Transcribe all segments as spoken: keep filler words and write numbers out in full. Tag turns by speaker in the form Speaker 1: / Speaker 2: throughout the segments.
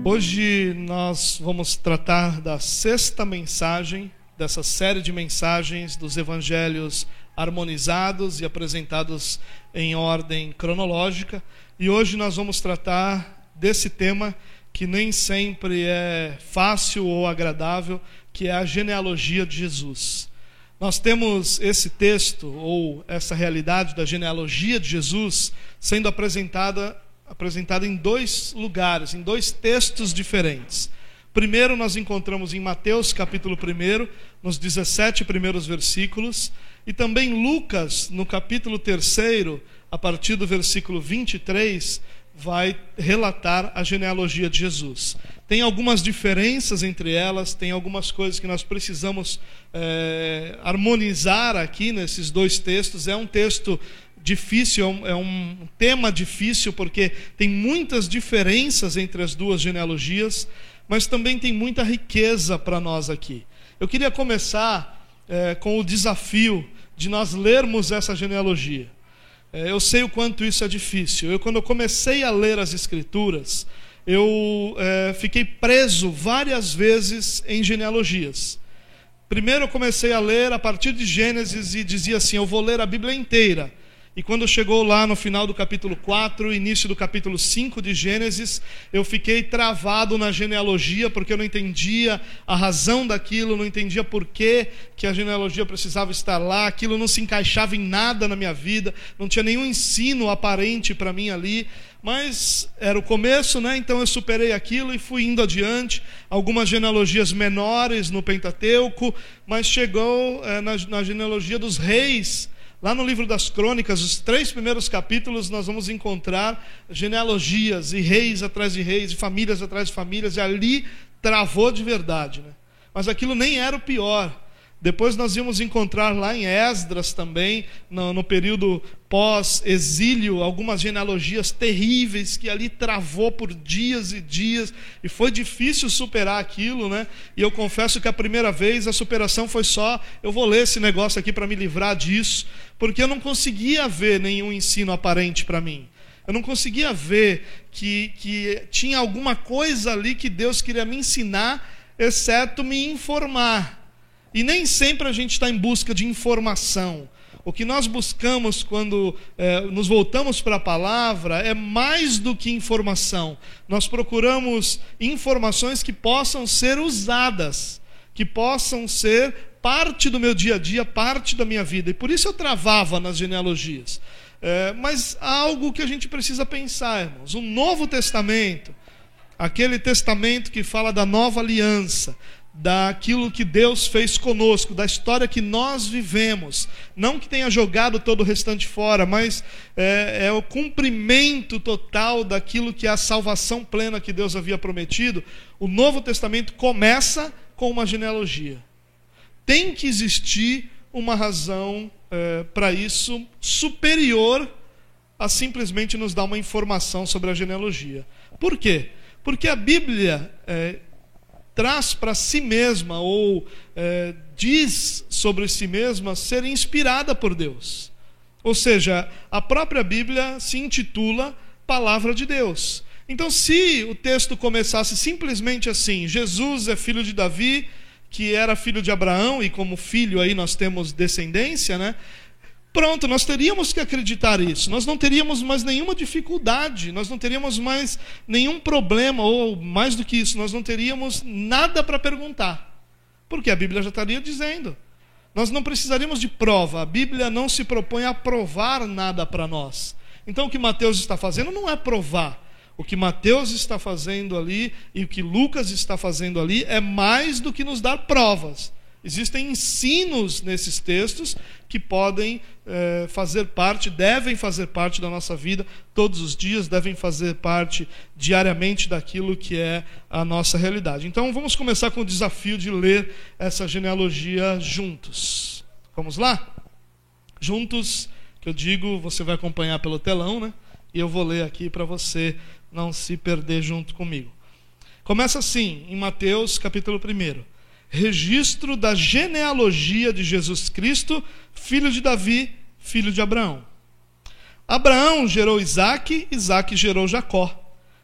Speaker 1: Hoje nós vamos tratar da sexta mensagem dessa série de mensagens dos evangelhos harmonizados e apresentados em ordem cronológica. E hoje nós vamos tratar desse tema que nem sempre é fácil ou agradável, que é a genealogia de Jesus. Nós temos esse texto, ou essa realidade da genealogia de Jesus, sendo apresentada apresentada em dois lugares, em dois textos diferentes. Primeiro nós encontramos em Mateus capítulo um, nos dezessete primeiros versículos, e também Lucas, no capítulo três, a partir do versículo vinte e três, vai relatar a genealogia de Jesus. Tem algumas diferenças entre elas, tem algumas coisas que nós precisamos é, harmonizar aqui nesses dois textos. É um texto difícil, é um, é um tema difícil, porque tem muitas diferenças entre as duas genealogias, mas também tem muita riqueza para nós aqui. Eu queria começar é, com o desafio de nós lermos essa genealogia. É, eu sei o quanto isso é difícil. Eu, quando eu comecei a ler as Escrituras, eu é, fiquei preso várias vezes em genealogias. Primeiro eu comecei a ler a partir de Gênesis e dizia assim: eu vou ler a Bíblia inteira. E quando chegou lá no final do capítulo quatro, início do capítulo cinco de Gênesis, eu fiquei travado na genealogia, porque eu não entendia a razão daquilo, não entendia por que que a genealogia precisava estar lá, aquilo não se encaixava em nada na minha vida, não tinha nenhum ensino aparente para mim ali, mas era o começo, né? Então eu superei aquilo e fui indo adiante. Algumas genealogias menores no Pentateuco, mas chegou é, na, na genealogia dos reis. Lá no livro das Crônicas, os três primeiros capítulos, nós vamos encontrar genealogias, e reis atrás de reis, e famílias atrás de famílias, e ali travou de verdade, né? Mas aquilo nem era o pior. Depois nós íamos encontrar lá em Esdras também, no, no período pós-exílio, algumas genealogias terríveis que ali travou por dias e dias, e foi difícil superar aquilo, né? E eu confesso que a primeira vez a superação foi só: eu vou ler esse negócio aqui para me livrar disso, porque eu não conseguia ver nenhum ensino aparente para mim. Eu não conseguia ver que, que tinha alguma coisa ali que Deus queria me ensinar, exceto me informar. E nem sempre a gente está em busca de informação. O que nós buscamos quando é, nos voltamos para a palavra é mais do que informação. Nós procuramos informações que possam ser usadas, que possam ser parte do meu dia a dia, parte da minha vida. E por isso eu travava nas genealogias. É, mas há algo que a gente precisa pensar, irmãos. O Novo Testamento, aquele testamento que fala da nova aliança, daquilo que Deus fez conosco, da história que nós vivemos, não que tenha jogado todo o restante fora, mas é, é o cumprimento total daquilo que é a salvação plena que Deus havia prometido. O Novo Testamento começa com uma genealogia. Tem que existir uma razão é, para isso, superior a simplesmente nos dar uma informação sobre a genealogia. Por quê? Porque a Bíblia é, traz para si mesma, ou é, diz sobre si mesma, ser inspirada por Deus. Ou seja, a própria Bíblia se intitula Palavra de Deus. Então, se o texto começasse simplesmente assim: Jesus é filho de Davi, que era filho de Abraão, e como filho aí nós temos descendência, né? Pronto, nós teríamos que acreditar isso. Nós não teríamos mais nenhuma dificuldade, nós não teríamos mais nenhum problema, ou mais do que isso, nós não teríamos nada para perguntar, porque a Bíblia já estaria dizendo. Nós não precisaríamos de prova. A Bíblia não se propõe a provar nada para nós. Então o que Mateus está fazendo não é provar. O que Mateus está fazendo ali e o que Lucas está fazendo ali é mais do que nos dar provas. Existem ensinos nesses textos que podem é, fazer parte, devem fazer parte da nossa vida todos os dias, devem fazer parte diariamente daquilo que é a nossa realidade. Então vamos começar com o desafio de ler essa genealogia juntos. Vamos lá? Juntos, que eu digo, você vai acompanhar pelo telão, né? E eu vou ler aqui para você não se perder junto comigo. Começa assim, em Mateus capítulo um. Registro da genealogia de Jesus Cristo, filho de Davi, filho de Abraão. Abraão gerou Isaque, Isaque gerou Jacó.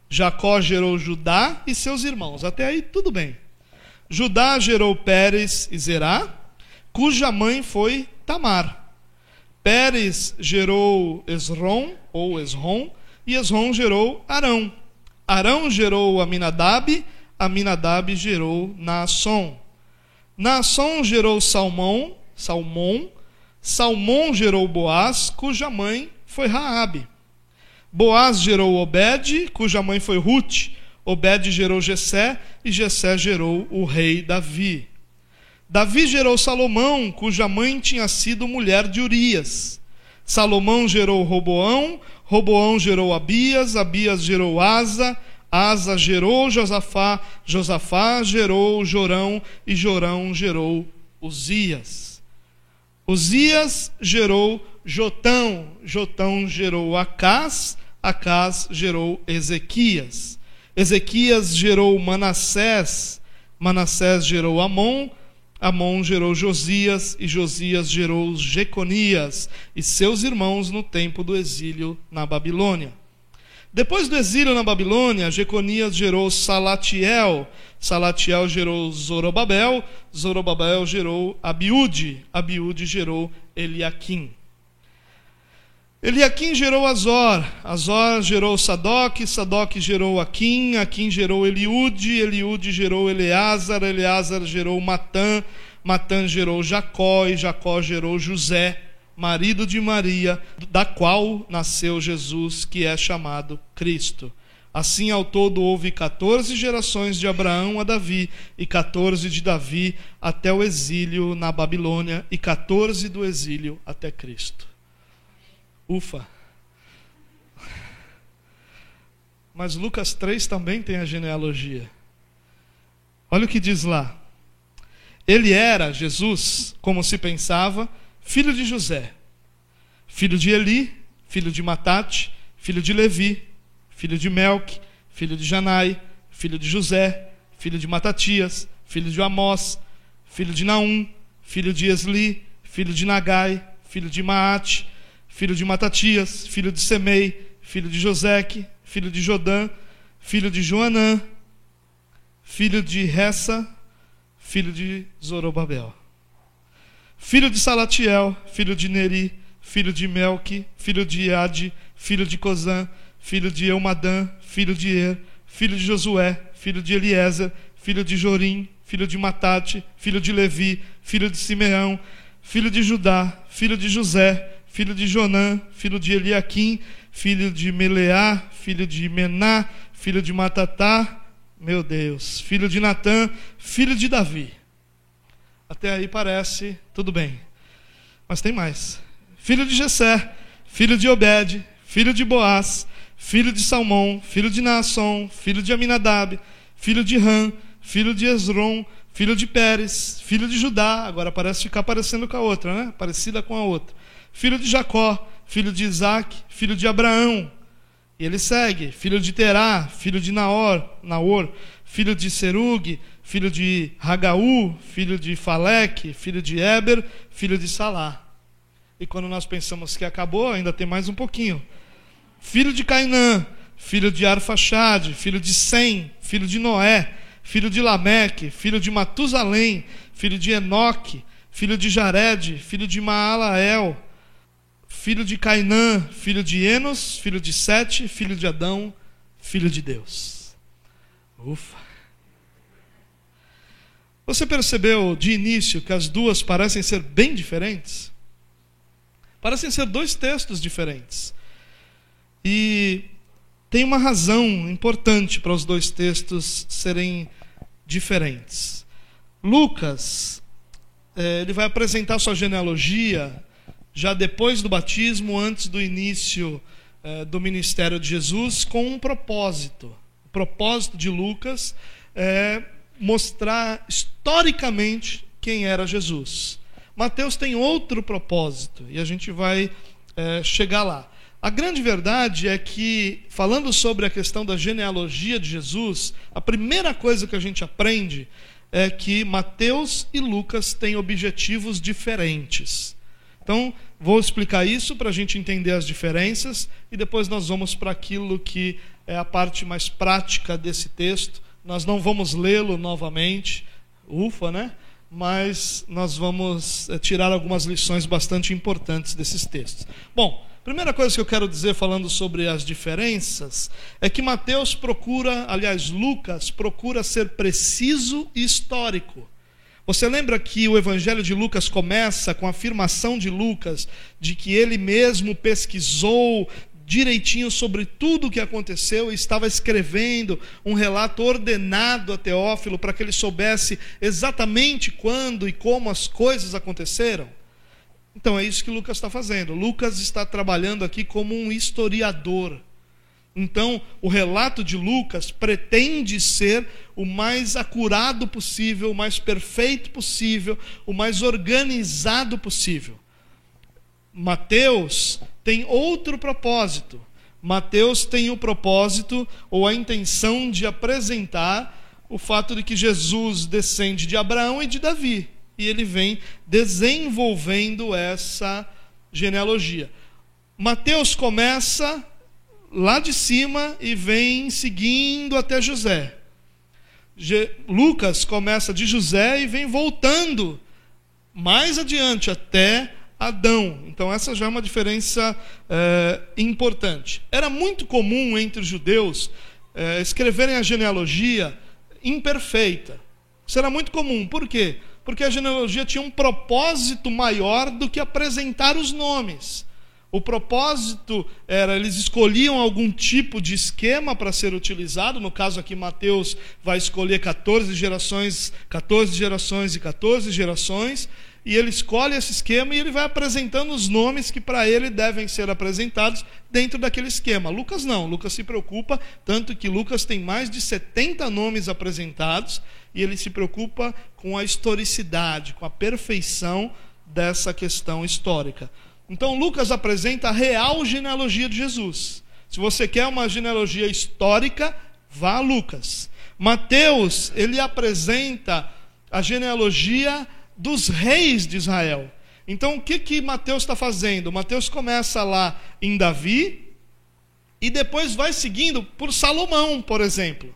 Speaker 1: Jacó gerou Judá e seus irmãos. Até aí tudo bem. Judá gerou Pérez e Zerá, cuja mãe foi Tamar. Pérez gerou Esrom, ou Esrom, e Esrom gerou Arão. Arão gerou Aminadab, Aminadab gerou Naasson. Naasson gerou Salmão, Salmão. Salmão gerou Boaz, cuja mãe foi Raabe. Boaz gerou Obed, cuja mãe foi Ruth. Obed gerou Jessé, e Jessé gerou o rei Davi. Davi gerou Salomão, cuja mãe tinha sido mulher de Urias. Salomão gerou Roboão, Roboão gerou Abias, Abias gerou Asa, Asa gerou Josafá, Josafá gerou Jorão, e Jorão gerou Uzias. Uzias gerou Jotão, Jotão gerou Acás, Acás gerou Ezequias. Ezequias gerou Manassés, Manassés gerou Amon, Amon gerou Josias, e Josias gerou Jeconias e seus irmãos no tempo do exílio na Babilônia. Depois do exílio na Babilônia, Jeconias gerou Salatiel, Salatiel gerou Zorobabel, Zorobabel gerou Abiúde, Abiúde gerou Eliaquim. Eliaquim gerou Azor, Azor gerou Sadoc, Sadoc gerou Aquim, Aquim gerou Eliúde, Eliúde gerou Eleazar, Eleazar gerou Matã, Matã gerou Jacó, e Jacó gerou José, marido de Maria, da qual nasceu Jesus, que é chamado Cristo. Assim, ao todo, houve quatorze gerações de Abraão a Davi, e quatorze de Davi até o exílio na Babilônia, e quatorze do exílio até Cristo. Ufa! Mas Lucas três também tem a genealogia. Olha o que diz lá. Ele era, Jesus, como se pensava, filho de José, filho de Eli, filho de Matate, filho de Levi, filho de Melque, filho de Janai, filho de José, filho de Matatias, filho de Amós, filho de Naum, filho de Esli, filho de Nagai, filho de Maate, filho de Matatias, filho de Semei, filho de Joseque, filho de Jodã, filho de Joanã, filho de Ressa, filho de Zorobabel, filho de Salatiel, filho de Neri, filho de Melque, filho de Iade, filho de Cozã, filho de Eumadã, filho de Er, filho de Josué, filho de Eliezer, filho de Jorim, filho de Matate, filho de Levi, filho de Simeão, filho de Judá, filho de José, filho de Jonã, filho de Eliaquim, filho de Meleá, filho de Mená, filho de Matatá, meu Deus, filho de Natã, filho de Davi. Até aí parece tudo bem, mas tem mais. Filho de Jessé, filho de Obed, filho de Boaz, filho de Salmão, filho de Naasson, filho de Aminadab, filho de Ram, filho de Esrom, filho de Pérez, filho de Judá, agora parece ficar parecendo com a outra, né? Parecida com a outra. Filho de Jacó, filho de Isaac, filho de Abraão. E ele segue, filho de Terá, filho de Naor, Naor, filho de Serug, filho de Hagaú, filho de Faleque, filho de Éber, filho de Salá. E quando nós pensamos que acabou, ainda tem mais um pouquinho. Filho de Cainã, filho de Arfaxade, filho de Sem, filho de Noé, filho de Lameque, filho de Matusalém, filho de Enoque, filho de Jared, filho de Maalael, filho de Cainã, filho de Enos, filho de Sete, filho de Adão, filho de Deus. Ufa! Você percebeu de início que as duas parecem ser bem diferentes? Parecem ser dois textos diferentes. E tem uma razão importante para os dois textos serem diferentes. Lucas, eh, ele vai apresentar sua genealogia já depois do batismo, antes do início eh, do ministério de Jesus, com um propósito. O propósito de Lucas é mostrar historicamente quem era Jesus. Mateus tem outro propósito, e a gente vai é, chegar lá. A grande verdade é que, falando sobre a questão da genealogia de Jesus, a primeira coisa que a gente aprende é que Mateus e Lucas têm objetivos diferentes. Então, vou explicar isso para a gente entender as diferenças, e depois nós vamos para aquilo que é a parte mais prática desse texto. Nós não vamos lê-lo novamente, ufa, né? Mas nós vamos tirar algumas lições bastante importantes desses textos. Bom, primeira coisa que eu quero dizer falando sobre as diferenças é que Mateus procura, aliás, Lucas procura ser preciso e histórico. Você lembra que o Evangelho de Lucas começa com a afirmação de Lucas de que ele mesmo pesquisou direitinho sobre tudo o que aconteceu e estava escrevendo um relato ordenado a Teófilo para que ele soubesse exatamente quando e como as coisas aconteceram? Então é isso que Lucas está fazendo. Lucas está trabalhando aqui como um historiador. Então o relato de Lucas pretende ser o mais acurado possível, o mais perfeito possível, o mais organizado possível. Mateus tem outro propósito. Mateus tem o propósito ou a intenção de apresentar o fato de que Jesus descende de Abraão e de Davi. E ele vem desenvolvendo essa genealogia. Mateus começa lá de cima e vem seguindo até José. Je- Lucas começa de José e vem voltando mais adiante até Adão. Então essa já é uma diferença é, importante. Era muito comum entre os judeus é, escreverem a genealogia imperfeita. Isso era muito comum. Por quê? Porque a genealogia tinha um propósito maior do que apresentar os nomes. O propósito era, eles escolhiam algum tipo de esquema para ser utilizado. No caso aqui, Mateus vai escolher quatorze gerações, quatorze gerações e quatorze gerações. E ele escolhe esse esquema e ele vai apresentando os nomes que para ele devem ser apresentados dentro daquele esquema. Lucas não, Lucas se preocupa, tanto que Lucas tem mais de setenta nomes apresentados, e ele se preocupa com a historicidade, com a perfeição dessa questão histórica. Então Lucas apresenta a real genealogia de Jesus. Se você quer uma genealogia histórica, vá a Lucas. Mateus, ele apresenta a genealogia dos reis de Israel. Então o que que Mateus está fazendo? Mateus começa lá em Davi e depois vai seguindo por Salomão, por exemplo.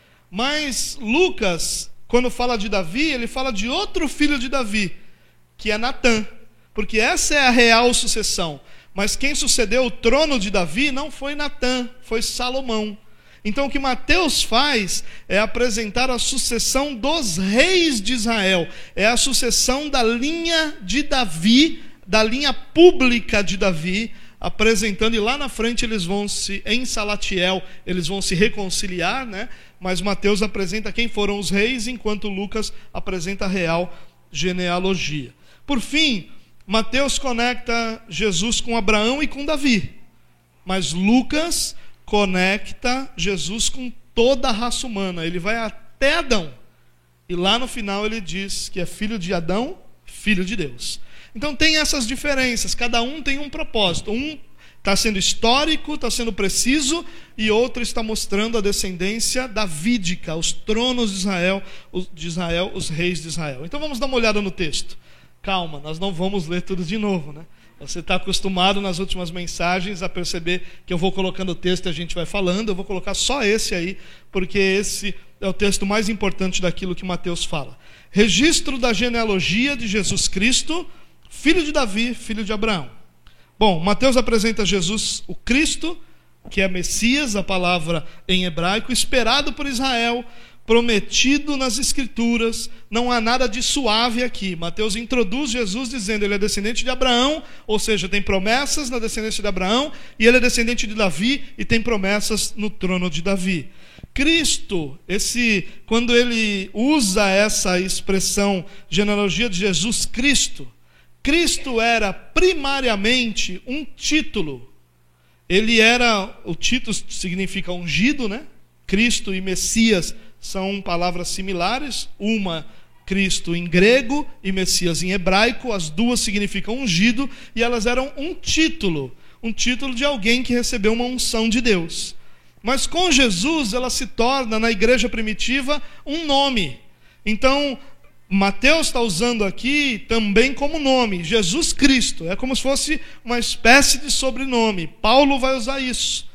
Speaker 1: Mas Lucas, quando fala de Davi, ele fala de outro filho de Davi, que é Natã, porque essa é a real sucessão. Mas quem sucedeu o trono de Davi não foi Natã, foi Salomão. Então o que Mateus faz é apresentar a sucessão dos reis de Israel. É a sucessão da linha de Davi, da linha pública de Davi, apresentando, e lá na frente eles vão se, em Salatiel, eles vão se reconciliar, né? Mas Mateus apresenta quem foram os reis, enquanto Lucas apresenta a real genealogia. Por fim, Mateus conecta Jesus com Abraão e com Davi. Mas Lucas conecta Jesus com toda a raça humana. Ele vai até Adão. E lá no final ele diz que é filho de Adão, filho de Deus. Então tem essas diferenças. Cada um tem um propósito. Um está sendo histórico, está sendo preciso, e outro está mostrando a descendência davídica, os tronos de Israel, de Israel, os reis de Israel. Então vamos dar uma olhada no texto. Calma, nós não vamos ler tudo de novo, né? Você está acostumado nas últimas mensagens a perceber que eu vou colocando o texto e a gente vai falando. Eu vou colocar só esse aí, porque esse é o texto mais importante daquilo que Mateus fala. Registro da genealogia de Jesus Cristo, filho de Davi, filho de Abraão. Bom, Mateus apresenta Jesus, o Cristo, que é Messias, a palavra em hebraico, esperado por Israel, prometido nas Escrituras. Não há nada de suave aqui. Mateus introduz Jesus dizendo ele é descendente de Abraão, ou seja, tem promessas na descendência de Abraão, e ele é descendente de Davi e tem promessas no trono de Davi. Cristo, esse, quando ele usa essa expressão genealogia de Jesus Cristo, Cristo era primariamente um título. Ele era, o título significa ungido, né? Cristo e Messias são palavras similares, uma Cristo em grego e Messias em hebraico, as duas significam ungido, e elas eram um título, um título de alguém que recebeu uma unção de Deus. Mas com Jesus ela se torna, na igreja primitiva, um nome. Então Mateus está usando aqui também como nome, Jesus Cristo, é como se fosse uma espécie de sobrenome. Paulo vai usar isso.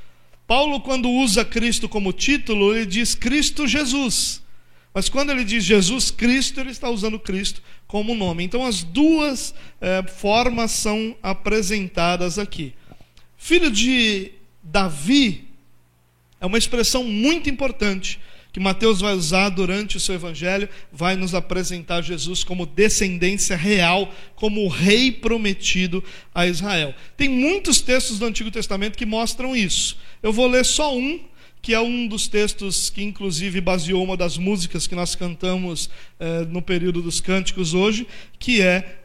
Speaker 1: Paulo, quando usa Cristo como título, ele diz Cristo Jesus. Mas quando ele diz Jesus Cristo, ele está usando Cristo como nome. Então as duas é, formas são apresentadas aqui. Filho de Davi é uma expressão muito importante que Mateus vai usar durante o seu evangelho, vai nos apresentar Jesus como descendência real, como o rei prometido a Israel. Tem muitos textos do Antigo Testamento que mostram isso. Eu vou ler só um, que é um dos textos que inclusive baseou uma das músicas que nós cantamos eh, no período dos cânticos hoje, que é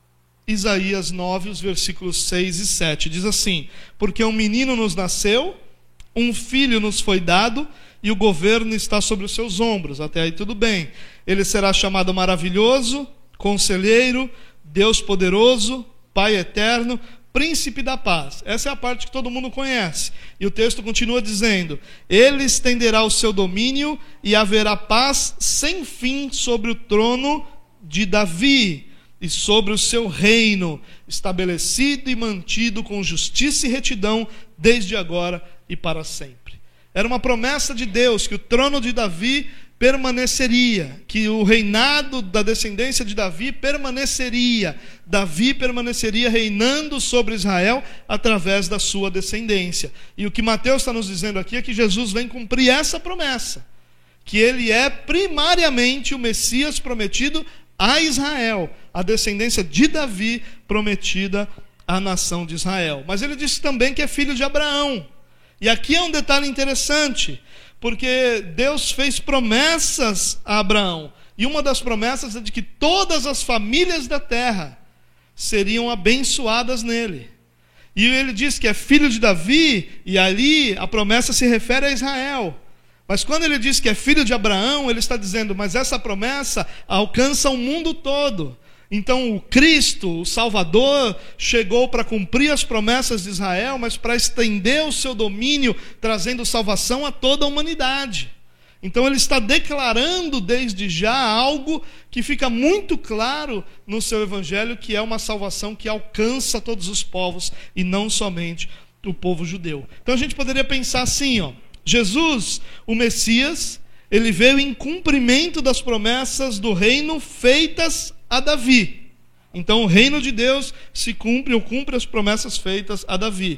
Speaker 1: Isaías nove, os versículos seis e sete. Diz assim: porque um menino nos nasceu, um filho nos foi dado, e o governo está sobre os seus ombros. Até aí tudo bem. Ele será chamado Maravilhoso, Conselheiro, Deus Poderoso, Pai Eterno, Príncipe da Paz. Essa é a parte que todo mundo conhece. E o texto continua dizendo: ele estenderá o seu domínio e haverá paz sem fim sobre o trono de Davi e sobre o seu reino, estabelecido e mantido com justiça e retidão desde agora e para sempre. Era uma promessa de Deus que o trono de Davi permaneceria, que o reinado da descendência de Davi permaneceria. Davi permaneceria reinando sobre Israel através da sua descendência. E o que Mateus está nos dizendo aqui é que Jesus vem cumprir essa promessa, que ele é primariamente o Messias prometido a Israel, a descendência de Davi prometida à nação de Israel. Mas ele disse também que é filho de Abraão. E aqui é um detalhe interessante, porque Deus fez promessas a Abraão, e uma das promessas é de que todas as famílias da terra seriam abençoadas nele. E ele diz que é filho de Davi, e ali a promessa se refere a Israel. Mas quando ele diz que é filho de Abraão, ele está dizendo, mas essa promessa alcança o mundo todo. Então o Cristo, o Salvador, chegou para cumprir as promessas de Israel, mas para estender o seu domínio, trazendo salvação a toda a humanidade. Então ele está declarando desde já algo que fica muito claro no seu evangelho, que é uma salvação que alcança todos os povos e não somente o povo judeu. Então a gente poderia pensar assim, ó, Jesus, o Messias, ele veio em cumprimento das promessas do reino feitas a Davi. Então o reino de Deus se cumpre ou cumpre as promessas feitas a Davi.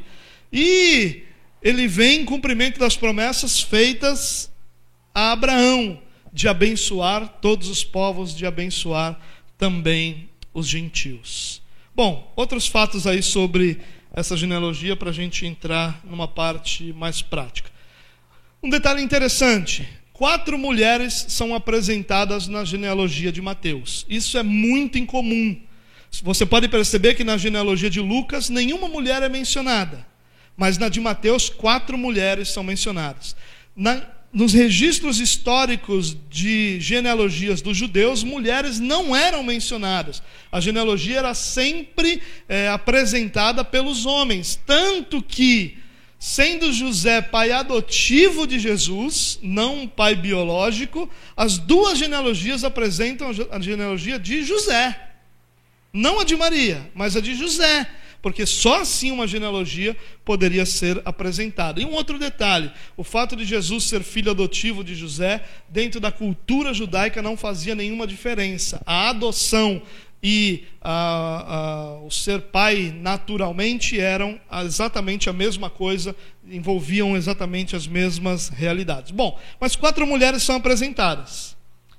Speaker 1: E ele vem em cumprimento das promessas feitas a Abraão, de abençoar todos os povos, de abençoar também os gentios. Bom, outros fatos aí sobre essa genealogia para a gente entrar numa parte mais prática. Um detalhe interessante: quatro mulheres são apresentadas na genealogia de Mateus. Isso é muito incomum. Você pode perceber que na genealogia de Lucas nenhuma mulher é mencionada, mas na de Mateus quatro mulheres são mencionadas. Na, nos registros históricos de genealogias dos judeus, mulheres não eram mencionadas. A genealogia era sempre é, apresentada pelos homens, tanto que, sendo José pai adotivo de Jesus, não um pai biológico, as duas genealogias apresentam a genealogia de José. Não a de Maria, mas a de José, porque só assim uma genealogia poderia ser apresentada. E um outro detalhe: o fato de Jesus ser filho adotivo de José, dentro da cultura judaica não fazia nenhuma diferença. A adoção e a, a, o ser pai naturalmente eram exatamente a mesma coisa, envolviam exatamente as mesmas realidades. Bom, mas quatro mulheres são apresentadas.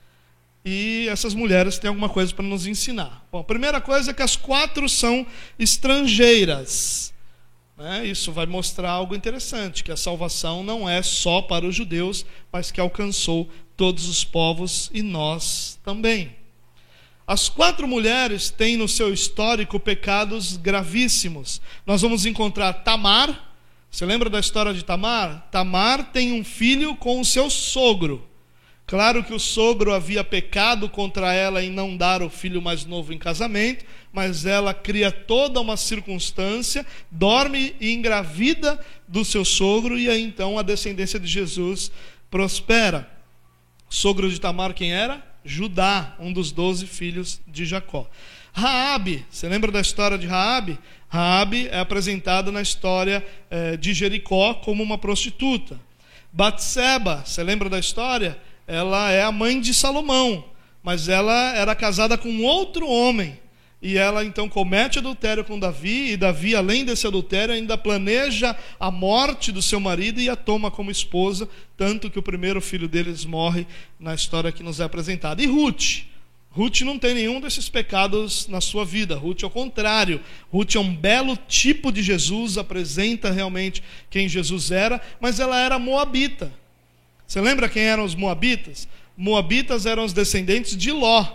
Speaker 1: E essas mulheres têm alguma coisa para nos ensinar. Bom, a primeira coisa é que as quatro são estrangeiras. Né? Isso vai mostrar algo interessante, que a salvação não é só para os judeus, mas que alcançou todos os povos e nós também. As quatro mulheres têm no seu histórico pecados gravíssimos. Nós vamos encontrar Tamar. Você lembra da história de Tamar? Tamar tem um filho com o seu sogro. Claro que o sogro havia pecado contra ela em não dar o filho mais novo em casamento, mas ela cria toda uma circunstância, dorme e engravida do seu sogro, e aí então a descendência de Jesus prospera. O sogro de Tamar quem era? Judá, um dos doze filhos de Jacó. Raabe, você lembra da história de Raabe? Raabe é apresentada na história eh, de Jericó como uma prostituta. Batseba, você lembra da história? Ela é a mãe de Salomão, mas ela era casada com outro homem. E ela então comete adultério com Davi, e Davi, além desse adultério, ainda planeja a morte do seu marido e a toma como esposa, tanto que o primeiro filho deles morre na história que nos é apresentada. E Ruth? Ruth não tem nenhum desses pecados na sua vida. Ruth, ao contrário, Ruth é um belo tipo de Jesus, apresenta realmente quem Jesus era, mas ela era moabita. Você lembra quem eram os moabitas? Moabitas eram os descendentes de Ló.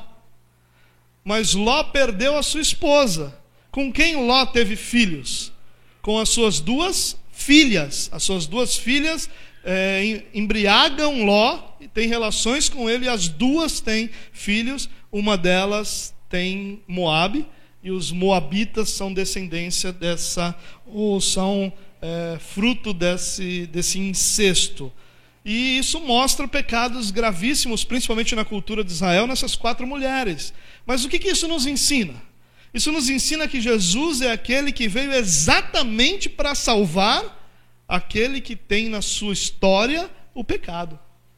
Speaker 1: Mas Ló perdeu a sua esposa. Com quem Ló teve filhos? Com as suas duas filhas. As suas duas filhas é, embriagam Ló, têm relações com ele, e as duas têm filhos. Uma delas tem Moabe, e os moabitas são descendência dessa, ou são é, fruto desse, desse incesto. E isso mostra pecados gravíssimos, principalmente na cultura de Israel, nessas quatro mulheres. Mas o que, que isso nos ensina? Isso nos ensina que Jesus é aquele que veio exatamente para salvar aquele que tem na sua história o pecado.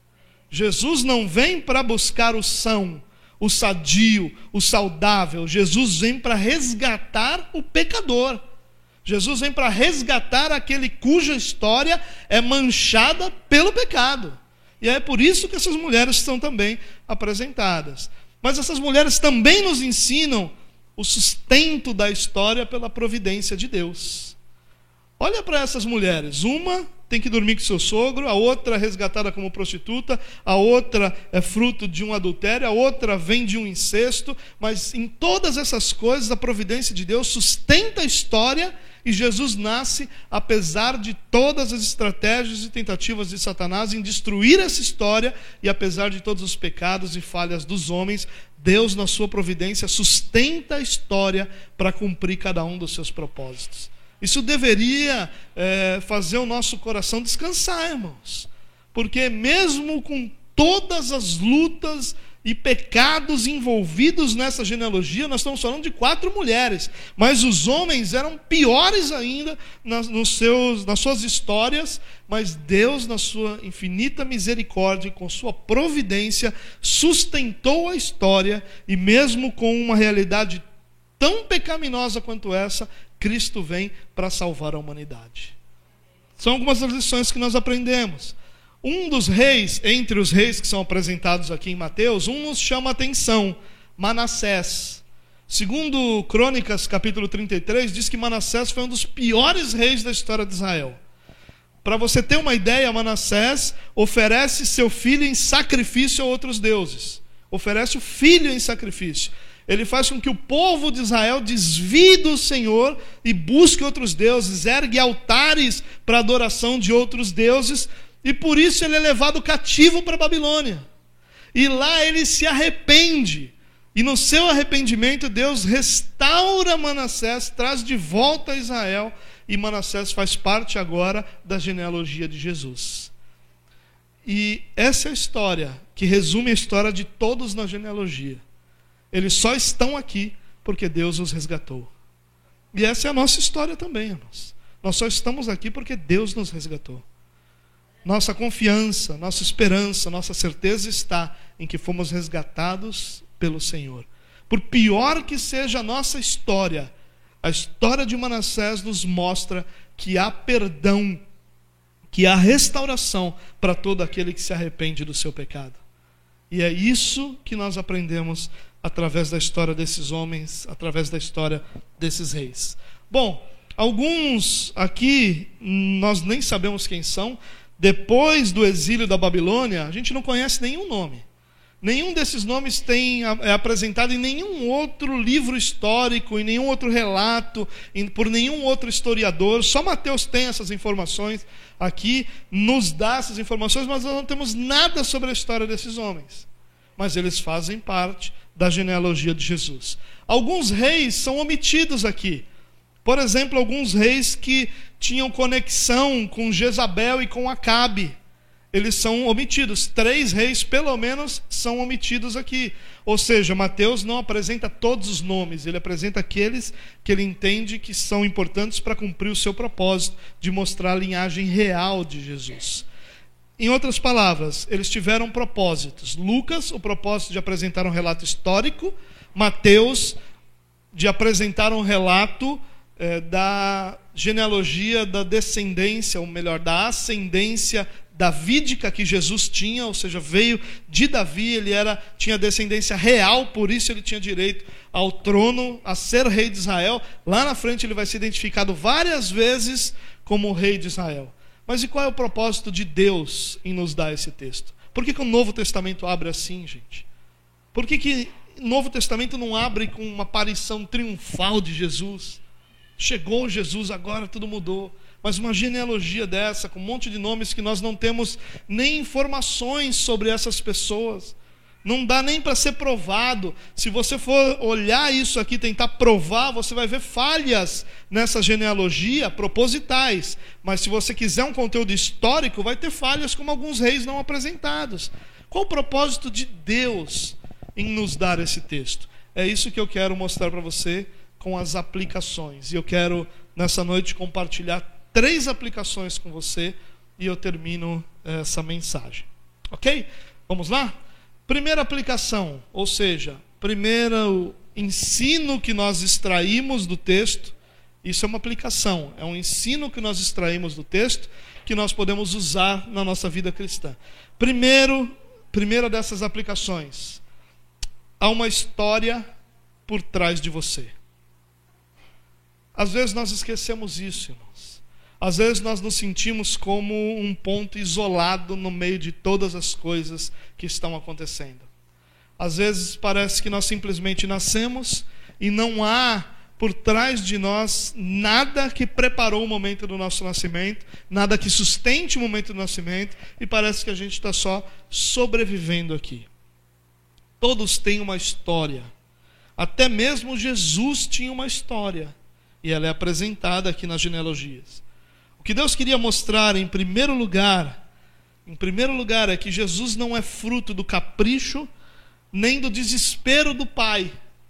Speaker 1: Jesus não vem para buscar o são, o sadio, o saudável. Jesus vem para resgatar o pecador. Jesus vem para resgatar aquele cuja história é manchada pelo pecado. E é por isso que essas mulheres são também apresentadas. Mas essas mulheres também nos ensinam o sustento da história pela providência de Deus. Olha para essas mulheres. Uma tem que dormir com seu sogro, a outra é resgatada como prostituta, a outra é fruto de um adultério, a outra vem de um incesto, mas em todas essas coisas a providência de Deus sustenta a história, e Jesus nasce apesar de todas as estratégias e tentativas de Satanás em destruir essa história, e apesar de todos os pecados e falhas dos homens, Deus na sua providência sustenta a história para cumprir cada um dos seus propósitos. Isso deveria é, fazer o nosso coração descansar, irmãos. Porque mesmo com todas as lutas e pecados envolvidos nessa genealogia, nós estamos falando de quatro mulheres, mas os homens eram piores ainda nas, nos seus, nas suas histórias, mas Deus, na sua infinita misericórdia, com sua providência, sustentou a história, e mesmo com uma realidade tão pecaminosa quanto essa, Cristo vem para salvar a humanidade. São algumas das lições que nós aprendemos. Um dos reis, entre os reis que são apresentados aqui em Mateus, um nos chama a atenção, Manassés. Segundo Crônicas, capítulo trinta e três, diz que Manassés foi um dos piores reis da história de Israel. Para você ter uma ideia, Manassés oferece seu filho em sacrifício a outros deuses. Oferece o filho em sacrifício. Ele faz com que o povo de Israel desvie do Senhor e busque outros deuses, ergue altares para adoração de outros deuses, e por isso ele é levado cativo para a Babilônia. E lá ele se arrepende, e no seu arrependimento Deus restaura Manassés, traz de volta a Israel, e Manassés faz parte agora da genealogia de Jesus. E essa é a história que resume a história de todos na genealogia. Eles só estão aqui porque Deus os resgatou. E essa é a nossa história também, irmãos. Nós só estamos aqui porque Deus nos resgatou. Nossa confiança, nossa esperança, nossa certeza está em que fomos resgatados pelo Senhor. Por pior que seja a nossa história, a história de Manassés nos mostra que há perdão, que há restauração para todo aquele que se arrepende do seu pecado. E é isso que nós aprendemos através da história desses homens, através da história desses reis. Bom, alguns aqui nós nem sabemos quem são. Depois do exílio da Babilônia, a gente não conhece nenhum nome. Nenhum desses nomes tem, é apresentado em nenhum outro livro histórico, em nenhum outro relato, em, por nenhum outro historiador. Só Mateus tem essas informações aqui, nos dá essas informações, mas nós não temos nada sobre a história desses homens. Mas eles fazem parte da genealogia de Jesus. Alguns reis são omitidos aqui. Por exemplo, alguns reis que tinham conexão com Jezabel e com Acabe. eles são omitidos. Três reis, pelo menos, são omitidos aqui. Ou seja, Mateus não apresenta todos os nomes, ele apresenta aqueles que ele entende que são importantes para cumprir o seu propósito de mostrar a linhagem real de Jesus. Em outras palavras, eles tiveram propósitos. Lucas, o propósito de apresentar um relato histórico. Mateus, de apresentar um relato eh, da genealogia, da descendência, ou melhor, da ascendência davídica que Jesus tinha, ou seja, veio de Davi, ele era, tinha descendência real, por isso ele tinha direito ao trono, a ser rei de Israel. Lá na frente ele vai ser identificado várias vezes como rei de Israel. Mas e qual é o propósito de Deus em nos dar esse texto? Por que que o Novo Testamento abre assim, gente? Por que que o Novo Testamento não abre com uma aparição triunfal de Jesus? Chegou Jesus, agora tudo mudou. Mas uma genealogia dessa, com um monte de nomes que nós não temos nem informações sobre essas pessoas, não dá nem para ser provado. Se você for olhar isso aqui, tentar provar, você vai ver falhas nessa genealogia propositais. Mas se você quiser um conteúdo histórico, vai ter falhas como alguns reis não apresentados. Qual o propósito de Deus em nos dar esse texto? É isso que eu quero mostrar para você com as aplicações. E eu quero, nessa noite, compartilhar três aplicações com você e eu termino essa mensagem. Ok? Vamos lá? Primeira aplicação, ou seja, primeiro ensino que nós extraímos do texto. Isso é uma aplicação, é um ensino que nós extraímos do texto que nós podemos usar na nossa vida cristã. Primeiro, primeira dessas aplicações, há uma história por trás de você. Às vezes nós esquecemos isso, irmãos. Às vezes nós nos sentimos como um ponto isolado no meio de todas as coisas que estão acontecendo. Às vezes parece que nós simplesmente nascemos e não há por trás de nós nada que preparou o momento do nosso nascimento, nada que sustente o momento do nascimento, e parece que a gente está só sobrevivendo aqui. Todos têm uma história. Até mesmo Jesus tinha uma história, e ela é apresentada aqui nas genealogias. O que Deus queria mostrar em primeiro lugar, em primeiro lugar é que Jesus não é fruto do capricho, nem do desespero do Pai.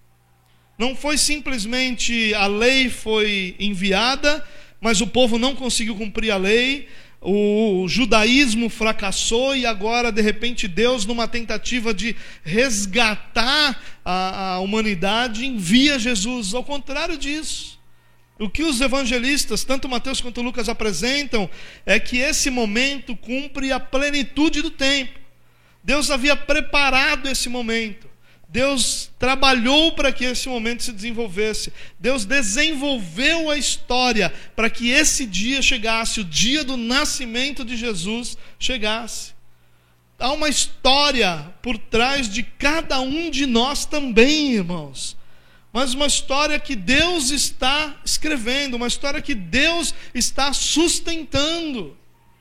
Speaker 1: Não foi simplesmente a lei foi enviada, mas o povo não conseguiu cumprir a lei, o judaísmo fracassou e agora, de repente, Deus, numa tentativa de resgatar a, a humanidade, envia Jesus. Ao contrário disso. O que os evangelistas, tanto Mateus quanto Lucas, apresentam é que esse momento cumpre a plenitude do tempo. Deus havia preparado esse momento. Deus trabalhou para que esse momento se desenvolvesse. Deus desenvolveu a história para que esse dia chegasse, o dia do nascimento de Jesus chegasse. Há uma história por trás de cada um de nós também, irmãos. Mas uma história que Deus está escrevendo, uma história que Deus está sustentando.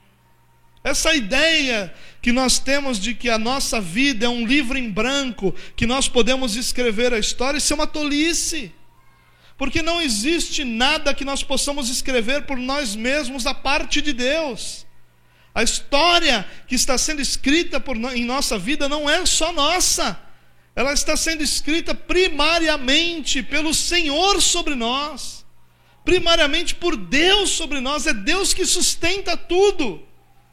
Speaker 1: Essa ideia que nós temos de que a nossa vida é um livro em branco, que nós podemos escrever a história, isso é uma tolice. Porque não existe nada que nós possamos escrever por nós mesmos a parte de Deus. A história que está sendo escrita por, em nossa vida não é só nossa. Ela está sendo escrita primariamente pelo Senhor sobre nós. Primariamente por Deus sobre nós. É Deus que sustenta tudo.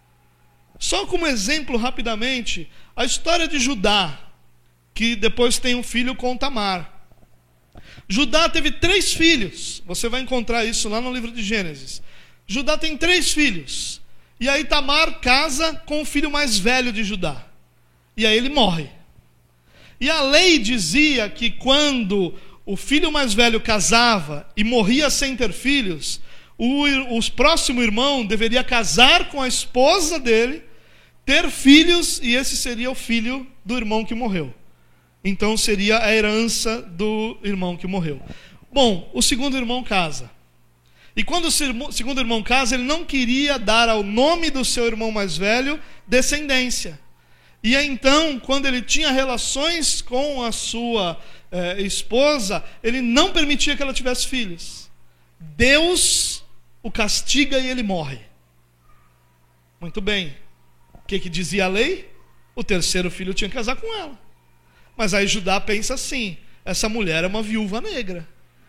Speaker 1: Só como exemplo, rapidamente, a história de Judá, que depois tem um filho com Tamar. Judá teve três filhos. Você vai encontrar isso lá no livro de Gênesis. Judá tem três filhos. E aí Tamar casa com o filho mais velho de Judá. E aí ele morre. E a lei dizia que quando o filho mais velho casava e morria sem ter filhos, o, o próximo irmão deveria casar com a esposa dele, ter filhos, e esse seria o filho do irmão que morreu. Então seria a herança do irmão que morreu. Bom, o segundo irmão casa. E quando o segundo irmão casa, ele não queria dar ao nome do seu irmão mais velho descendência. E então, quando ele tinha relações com a sua eh, esposa, ele não permitia que ela tivesse filhos. Deus o castiga e ele morre. Muito bem. que, que dizia a lei? O terceiro filho tinha que casar com ela. Mas aí Judá pensa assim: essa mulher é uma viúva negra.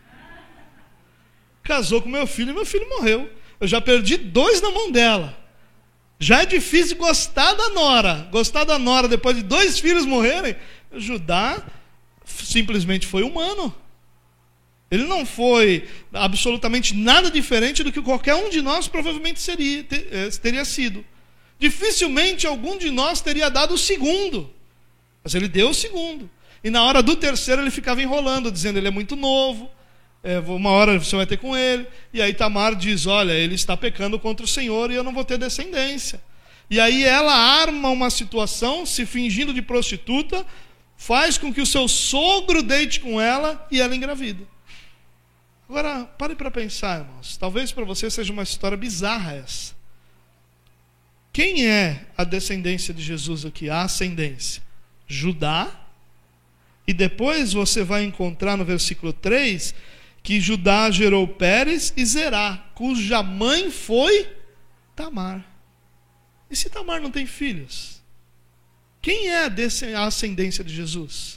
Speaker 1: Casou com meu filho e meu filho morreu. Eu já perdi dois na mão dela. Já é difícil gostar da nora. Gostar da nora depois de dois filhos morrerem. Judá simplesmente foi humano. Ele não foi absolutamente nada diferente do que qualquer um de nós provavelmente seria, teria sido. Dificilmente algum de nós teria dado o segundo. Mas ele deu o segundo. E na hora do terceiro ele ficava enrolando, dizendo: ele é muito novo, é, uma hora você vai ter com ele. E aí Tamar diz: olha, ele está pecando contra o Senhor e eu não vou ter descendência. E aí ela arma uma situação, se fingindo de prostituta, faz com que o seu sogro deite com ela e ela engravida. Agora, pare para pensar, irmãos. Talvez para você seja uma história bizarra essa. Quem é a descendência de Jesus aqui? A ascendência? Judá. E depois você vai encontrar no versículo três que Judá gerou Pérez e Zerá, cuja mãe foi Tamar. E se Tamar não tem filhos? Quem é a ascendência de Jesus?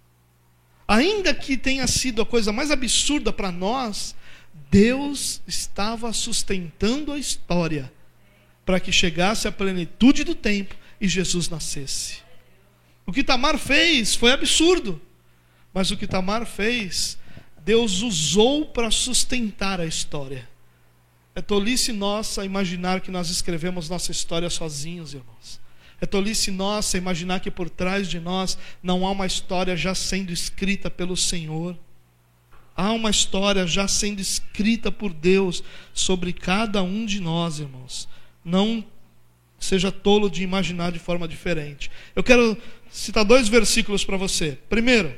Speaker 1: Ainda que tenha sido a coisa mais absurda para nós, Deus estava sustentando a história para que chegasse a plenitude do tempo e Jesus nascesse. O que Tamar fez foi absurdo, mas o que Tamar fez, Deus usou para sustentar a história. É tolice nossa imaginar que nós escrevemos nossa história sozinhos, irmãos. É tolice nossa imaginar que por trás de nós não há uma história já sendo escrita pelo Senhor. Há uma história já sendo escrita por Deus sobre cada um de nós, irmãos. Não seja tolo de imaginar de forma diferente. Eu quero citar dois versículos para você. Primeiro,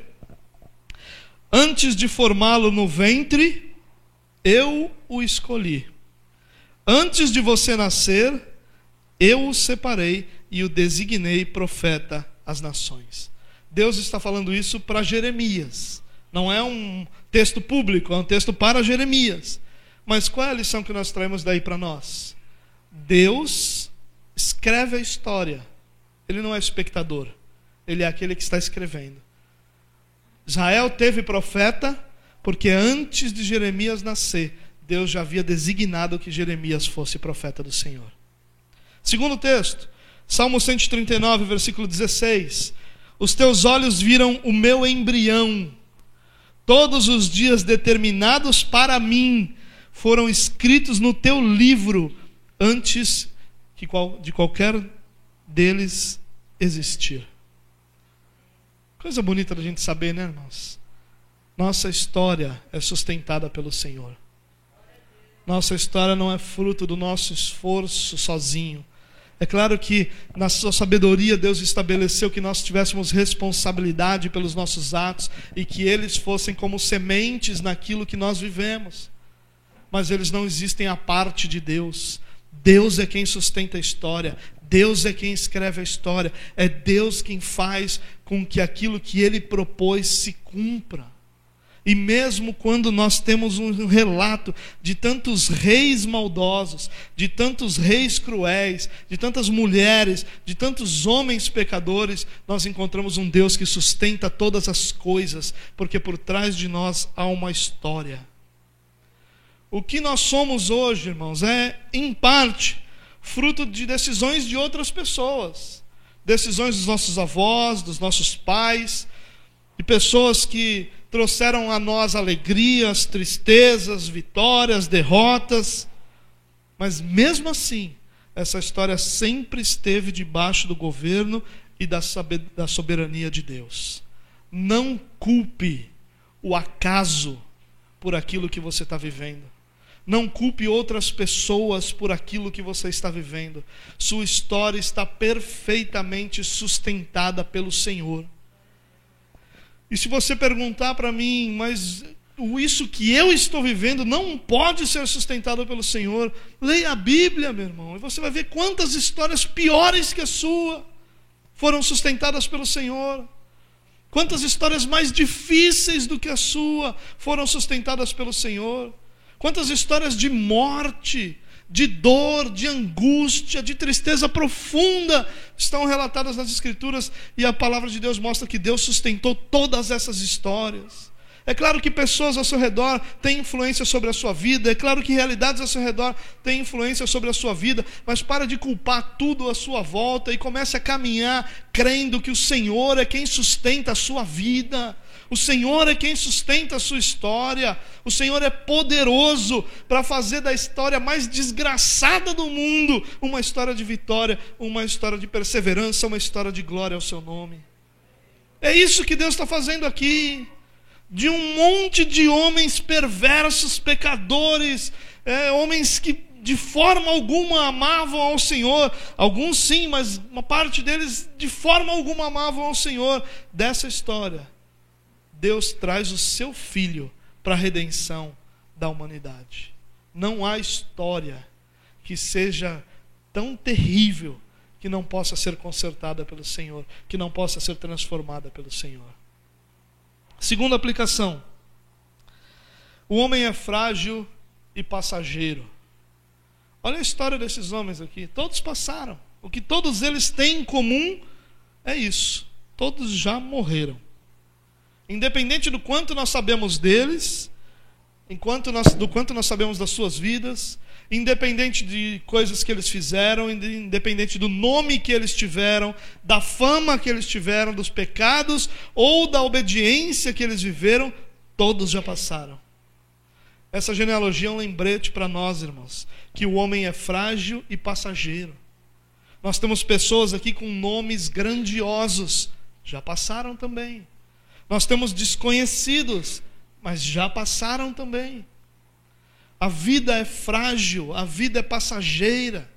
Speaker 1: antes de formá-lo no ventre, eu o escolhi. Antes de você nascer, eu o separei e o designei profeta às nações. Deus está falando isso para Jeremias. Não é um texto público, é um texto para Jeremias. Mas qual é a lição que nós traemos daí para nós? Deus escreve a história. Ele não é espectador. Ele é aquele que está escrevendo. Israel teve profeta porque antes de Jeremias nascer, Deus já havia designado que Jeremias fosse profeta do Senhor. Segundo texto, Salmo cento e trinta e nove, versículo dezesseis. Os teus olhos viram o meu embrião. Todos os dias determinados para mim foram escritos no teu livro antes de qualquer deles existir. Coisa bonita da gente saber, né, irmãos? Nossa história é sustentada pelo Senhor. Nossa história não é fruto do nosso esforço sozinho. É claro que na sua sabedoria Deus estabeleceu que nós tivéssemos responsabilidade pelos nossos atos e que eles fossem como sementes naquilo que nós vivemos. Mas eles não existem à parte de Deus. Deus é quem sustenta a história. Deus é quem escreve a história. É Deus quem faz com que aquilo que Ele propôs se cumpra. E mesmo quando nós temos um relato de tantos reis maldosos, de tantos reis cruéis, de tantas mulheres, de tantos homens pecadores, nós encontramos um Deus que sustenta todas as coisas, porque por trás de nós há uma história. O que nós somos hoje, irmãos, é, em parte, fruto de decisões de outras pessoas. Decisões dos nossos avós, dos nossos pais, de pessoas que trouxeram a nós alegrias, tristezas, vitórias, derrotas. Mas mesmo assim, essa história sempre esteve debaixo do governo e da soberania de Deus. Não culpe o acaso por aquilo que você está vivendo. Não culpe outras pessoas por aquilo que você está vivendo. Sua história está perfeitamente sustentada pelo Senhor. E se você perguntar para mim, mas isso que eu estou vivendo não pode ser sustentado pelo Senhor, leia a Bíblia, meu irmão, e você vai ver quantas histórias piores que a sua foram sustentadas pelo Senhor. Quantas histórias mais difíceis do que a sua foram sustentadas pelo Senhor. Quantas histórias de morte, de dor, de angústia, de tristeza profunda estão relatadas nas Escrituras, e a palavra de Deus mostra que Deus sustentou todas essas histórias. É claro que pessoas ao seu redor têm influência sobre a sua vida, é claro que realidades ao seu redor têm influência sobre a sua vida, mas para de culpar tudo à sua volta e comece a caminhar crendo que o Senhor é quem sustenta a sua vida. O Senhor é quem sustenta a sua história. O Senhor é poderoso para fazer da história mais desgraçada do mundo uma história de vitória, uma história de perseverança, uma história de glória ao seu nome. É isso que Deus está fazendo aqui. De um monte de homens perversos, pecadores, é, homens que de forma alguma amavam ao Senhor. Alguns sim, mas uma parte deles de forma alguma amavam ao Senhor. Dessa história, Deus traz o seu Filho para a redenção da humanidade. Não há história que seja tão terrível que não possa ser consertada pelo Senhor, que não possa ser transformada pelo Senhor. Segunda aplicação: o homem é frágil e passageiro. Olha a história desses homens aqui. Todos passaram. O que todos eles têm em comum é isso: todos já morreram. Independente do quanto nós sabemos deles, enquanto nós, do quanto nós sabemos das suas vidas, independente de coisas que eles fizeram, independente do nome que eles tiveram, da fama que eles tiveram, dos pecados ou da obediência que eles viveram, todos já passaram. Essa genealogia é um lembrete para nós, irmãos, que o homem é frágil e passageiro. Nós temos pessoas aqui com nomes grandiosos, já passaram também. Nós temos desconhecidos, mas já passaram também. A vida é frágil, a vida é passageira.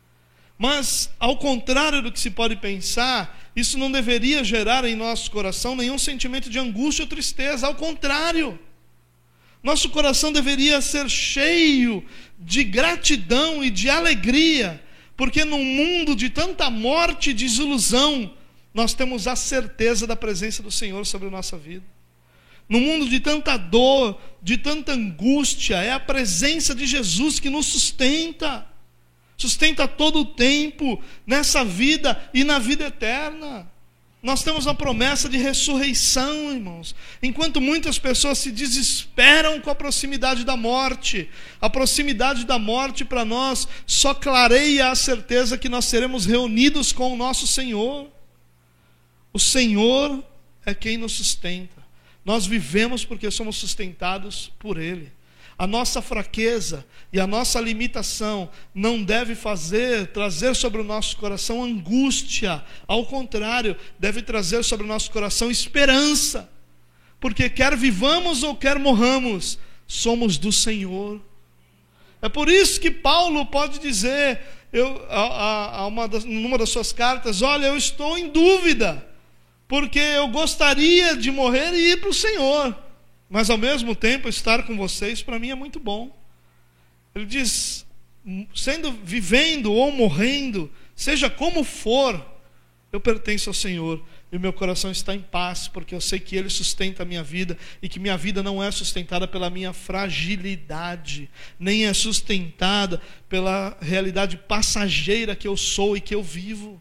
Speaker 1: Mas, ao contrário do que se pode pensar, isso não deveria gerar em nosso coração nenhum sentimento de angústia ou tristeza. Ao contrário, nosso coração deveria ser cheio de gratidão e de alegria, porque num mundo de tanta morte e desilusão, nós temos a certeza da presença do Senhor sobre a nossa vida. No mundo de tanta dor, de tanta angústia, é a presença de Jesus que nos sustenta. Sustenta todo o tempo, nessa vida e na vida eterna. Nós temos a promessa de ressurreição, irmãos. Enquanto muitas pessoas se desesperam com a proximidade da morte, a proximidade da morte para nós só clareia a certeza que nós seremos reunidos com o nosso Senhor. O Senhor é quem nos sustenta. Nós vivemos porque somos sustentados por Ele. A nossa fraqueza e a nossa limitação não deve fazer, trazer sobre o nosso coração angústia. Ao contrário, deve trazer sobre o nosso coração esperança. Porque quer vivamos ou quer morramos, somos do Senhor. É por isso que Paulo pode dizer, eu, a, a, a uma das, numa das suas cartas, olha, eu estou em dúvida, porque eu gostaria de morrer e ir para o Senhor, mas ao mesmo tempo estar com vocês para mim é muito bom. Ele diz, sendo vivendo ou morrendo, seja como for, eu pertenço ao Senhor e o meu coração está em paz, porque eu sei que Ele sustenta a minha vida e que minha vida não é sustentada pela minha fragilidade, nem é sustentada pela realidade passageira que eu sou e que eu vivo.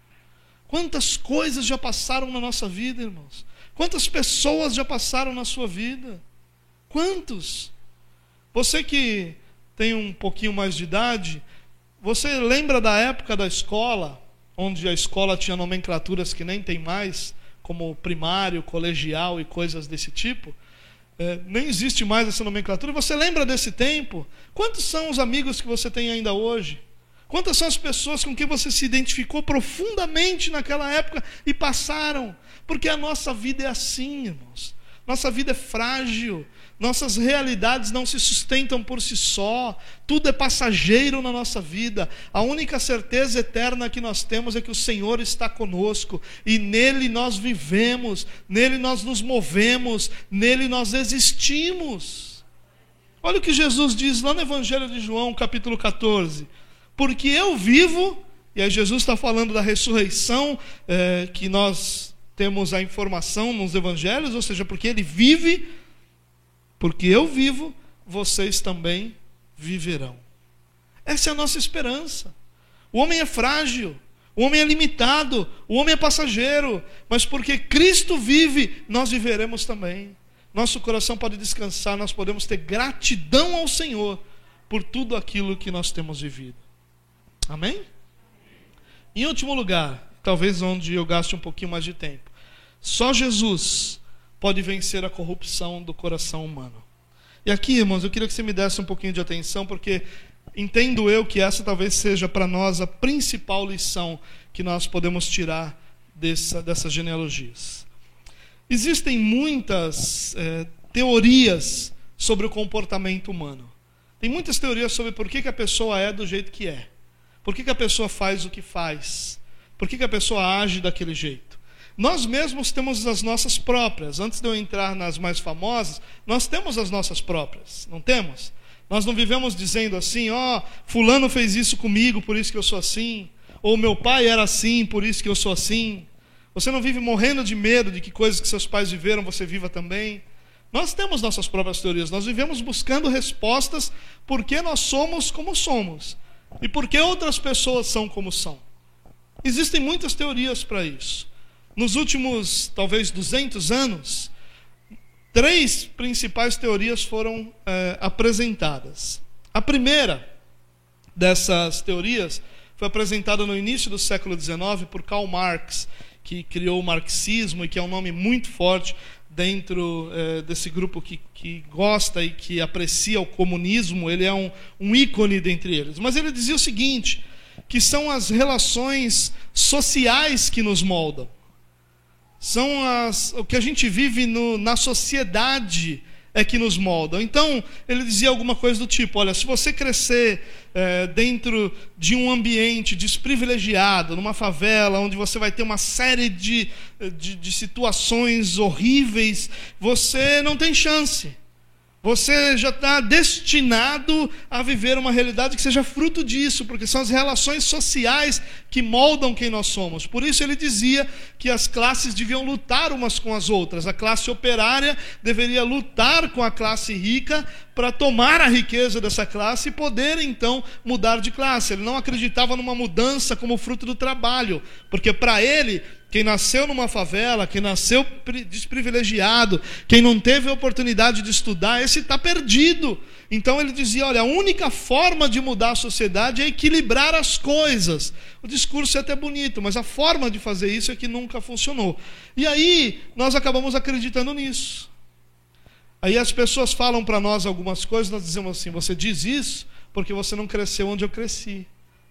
Speaker 1: Quantas coisas já passaram na nossa vida, irmãos? Quantas pessoas já passaram na sua vida? Quantos? Você que tem um pouquinho mais de idade, você lembra da época da escola, onde a escola tinha nomenclaturas que nem tem mais, como primário, colegial e coisas desse tipo? É, nem existe mais essa nomenclatura. Você lembra desse tempo? Quantos são os amigos que você tem ainda hoje? Quantas são as pessoas com quem você se identificou profundamente naquela época e passaram? Porque a nossa vida é assim, irmãos. Nossa vida é frágil. Nossas realidades não se sustentam por si só. Tudo é passageiro na nossa vida. A única certeza eterna que nós temos é que o Senhor está conosco. E nele nós vivemos, nele nós nos movemos, nele nós existimos. Olha o que Jesus diz lá no Evangelho de João, capítulo catorze. Porque eu vivo, e aí Jesus está falando da ressurreição, é, que nós temos a informação nos evangelhos, ou seja, porque Ele vive, porque eu vivo, vocês também viverão. Essa é a nossa esperança. O homem é frágil, o homem é limitado, o homem é passageiro, mas porque Cristo vive, nós viveremos também. Nosso coração pode descansar, nós podemos ter gratidão ao Senhor por tudo aquilo que nós temos vivido. Amém? Em último lugar, talvez onde eu gaste um pouquinho mais de tempo, só Jesus pode vencer a corrupção do coração humano. E aqui, irmãos, eu queria que você me desse um pouquinho de atenção, porque entendo eu que essa talvez seja para nós a principal lição que nós podemos tirar dessa, dessas genealogias. Existem muitas é, teorias sobre o comportamento humano. Tem muitas teorias sobre por que, que a pessoa é do jeito que é. Por que, que a pessoa faz o que faz. Por que, que a pessoa age daquele jeito. Nós mesmos temos as nossas próprias. Antes de eu entrar nas mais famosas, nós temos as nossas próprias. Não temos? Nós não vivemos dizendo assim, ó, oh, fulano fez isso comigo, por isso que eu sou assim. Ou meu pai era assim, por isso que eu sou assim. Você não vive morrendo de medo de que coisas que seus pais viveram, você viva também. Nós temos nossas próprias teorias. Nós vivemos buscando respostas por que nós somos como somos. E por que outras pessoas são como são. Existem muitas teorias para isso. Nos últimos, talvez, duzentos anos, três principais teorias foram é, apresentadas. A primeira dessas teorias foi apresentada no início do século dezenove por Karl Marx, que criou o marxismo e que é um nome muito forte dentro é, desse grupo que, que gosta e que aprecia o comunismo. Ele é um, um ícone dentre eles. Mas ele dizia o seguinte, que são as relações sociais que nos moldam. São as, o que a gente vive no, na sociedade é que nos molda. Então, ele dizia alguma coisa do tipo, olha, se você crescer é, dentro de um ambiente desprivilegiado, numa favela, onde você vai ter uma série de, de, de situações horríveis, você não tem chance. Você já está destinado a viver uma realidade que seja fruto disso, porque são as relações sociais que moldam quem nós somos. Por isso ele dizia que as classes deviam lutar umas com as outras. A classe operária deveria lutar com a classe rica para tomar a riqueza dessa classe e poder então mudar de classe. Ele não acreditava numa mudança como fruto do trabalho, porque para ele, quem nasceu numa favela, quem nasceu desprivilegiado, quem não teve a oportunidade de estudar, esse está perdido. Então ele dizia, olha, a única forma de mudar a sociedade é equilibrar as coisas. O discurso é até bonito, mas a forma de fazer isso é que nunca funcionou. E aí nós acabamos acreditando nisso. Aí as pessoas falam para nós algumas coisas, nós dizemos assim, você diz isso porque você não cresceu onde eu cresci.